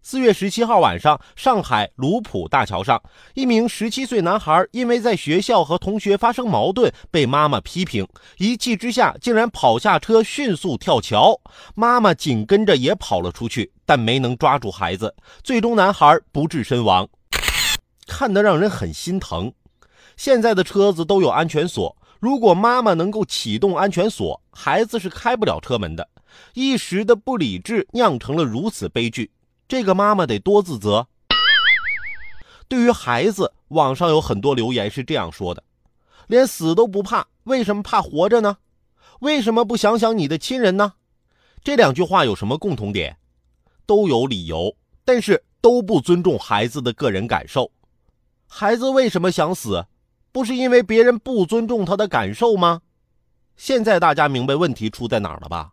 4月17号晚上，上海卢浦大桥上，一名17岁男孩因为在学校和同学发生矛盾，被妈妈批评，一气之下竟然跑下车迅速跳桥，妈妈紧跟着也跑了出去，但没能抓住孩子，最终男孩不治身亡。看得让人很心疼。现在的车子都有安全锁，如果妈妈能够启动安全锁，孩子是开不了车门的。一时的不理智酿成了如此悲剧，这个妈妈得多自责。对于孩子，网上有很多留言是这样说的：连死都不怕，为什么怕活着呢？为什么不想想你的亲人呢？这两句话有什么共同点？都有理由，但是都不尊重孩子的个人感受。孩子为什么想死？不是因为别人不尊重他的感受吗？现在大家明白问题出在哪儿了吧？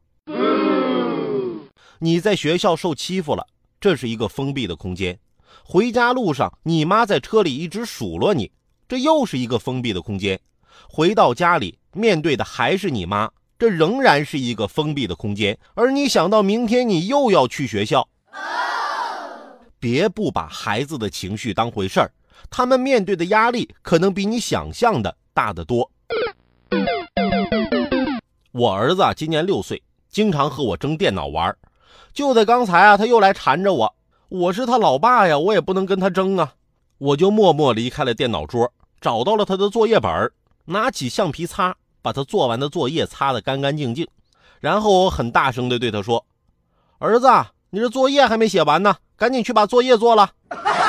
你在学校受欺负了，这是一个封闭的空间。回家路上，你妈在车里一直数落你，这又是一个封闭的空间。回到家里，面对的还是你妈，这仍然是一个封闭的空间。而你想到明天你又要去学校，别不把孩子的情绪当回事儿，他们面对的压力可能比你想象的大得多。我儿子今年6岁，经常和我争电脑玩。就在刚才他又来缠着我，我是他老爸呀，我也不能跟他争啊。我就默默离开了电脑桌，找到了他的作业本，拿起橡皮擦，把他做完的作业擦得干干净净。然后我很大声地对他说：儿子，你这作业还没写完呢，赶紧去把作业做了。